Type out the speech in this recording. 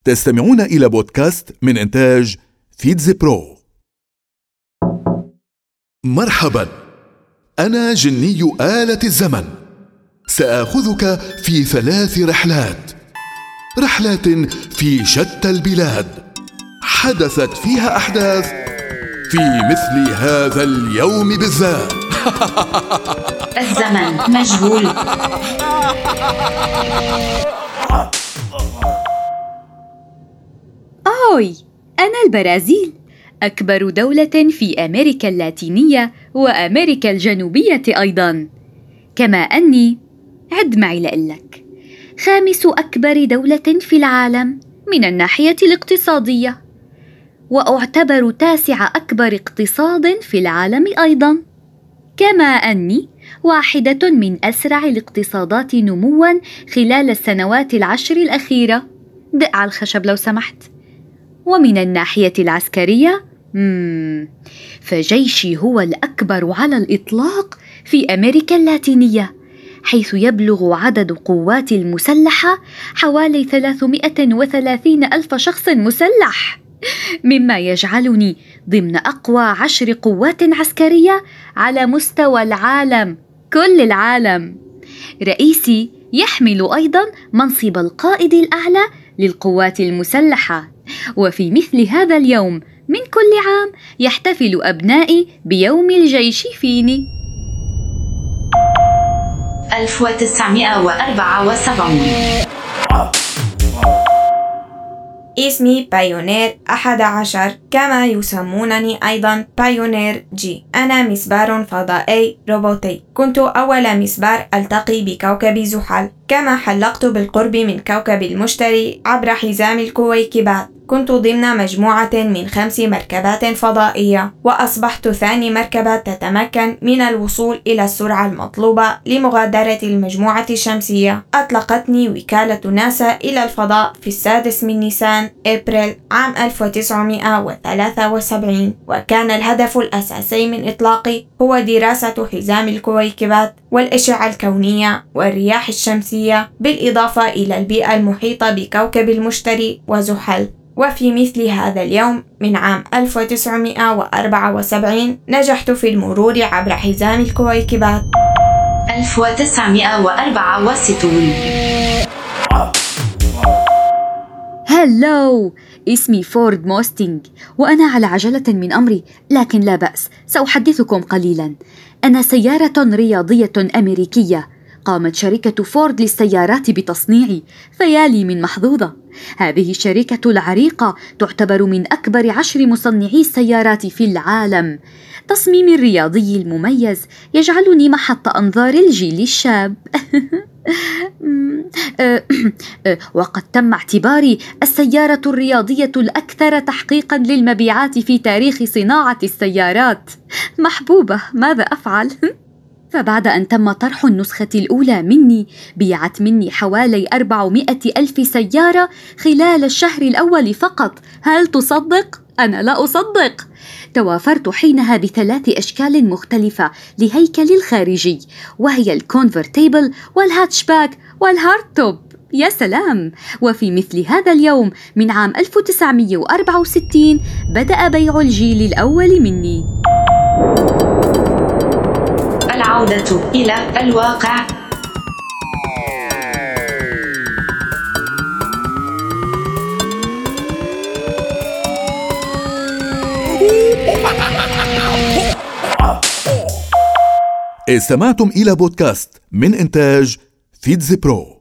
تستمعون إلى بودكاست من إنتاج فيتز برو. مرحبا، أنا جني آلة الزمن. سآخذك في 3 رحلات في شتى البلاد، حدثت فيها أحداث في مثل هذا اليوم بالذات. الزمن مجهول. أوي، أنا البرازيل، أكبر دولة في أمريكا اللاتينية وأمريكا الجنوبية أيضاً. كما أني عد معي لقلك 5 أكبر دولة في العالم من الناحية الاقتصادية، وأعتبر 9 أكبر اقتصاد في العالم أيضاً. كما أني واحدة من أسرع الاقتصادات نمواً خلال السنوات 10 الأخيرة. دق على الخشب لو سمحت. ومن الناحية العسكرية فجيشي هو الأكبر على الإطلاق في أمريكا اللاتينية، حيث يبلغ عدد قواتي المسلحة حوالي 330 ألف شخص مسلح، مما يجعلني ضمن أقوى 10 قوات عسكرية على مستوى العالم، كل العالم. رئيسي يحمل أيضا منصب القائد الأعلى للقوات المسلحة. وفي مثل هذا اليوم من كل عام يحتفل أبنائي بيوم الجيش فيني. 1974. اسمي بايونير 11، كما يسمونني أيضا بايونير جي. أنا مسبار فضائي روبوتي. كنت أول مسبار ألتقي بكوكب زحل، كما حلقت بالقرب من كوكب المشتري عبر حزام الكويكبات. كنت ضمن مجموعة من 5 مركبات فضائية، وأصبحت ثاني مركبة تتمكن من الوصول إلى السرعة المطلوبة لمغادرة المجموعة الشمسية. أطلقتني وكالة ناسا إلى الفضاء في 6 من نيسان أبريل عام 1973، وكان الهدف الأساسي من إطلاقي هو دراسة حزام الكويكبات والأشعة الكونية والرياح الشمسية، بالإضافة إلى البيئة المحيطة بكوكب المشتري وزحل. وفي مثل هذا اليوم من عام 1974 نجحت في المرور عبر حزام الكويكبات. 1964. هلو، اسمي فورد موستنج، وأنا على عجلة من أمري، لكن لا بأس، سأحدثكم قليلاً. أنا سيارة رياضية أمريكية قامت شركة فورد للسيارات بتصنيعي، فيالي من محظوظة. هذه الشركة العريقة تعتبر من أكبر 10 مصنعي السيارات في العالم. تصميمي الرياضي المميز يجعلني محط أنظار الجيل الشاب. وقد تم اعتباري السيارة الرياضية الأكثر تحقيقاً للمبيعات في تاريخ صناعة السيارات. محبوبة، ماذا أفعل؟ فبعد أن تم طرح النسخة الأولى مني، بيعت مني حوالي 400 ألف سيارة خلال الشهر الأول فقط. هل تصدق؟ أنا لا أصدق. توافرت حينها ب3 أشكال مختلفة لهيكل الخارجي، وهي الكونفرتيبل والهاتشباك والهاردتوب. يا سلام! وفي مثل هذا اليوم من عام 1964 بدأ بيع الجيل الأول مني. العودة إلى الواقع. استمعتم إلى بودكاست من إنتاج فيتز برو.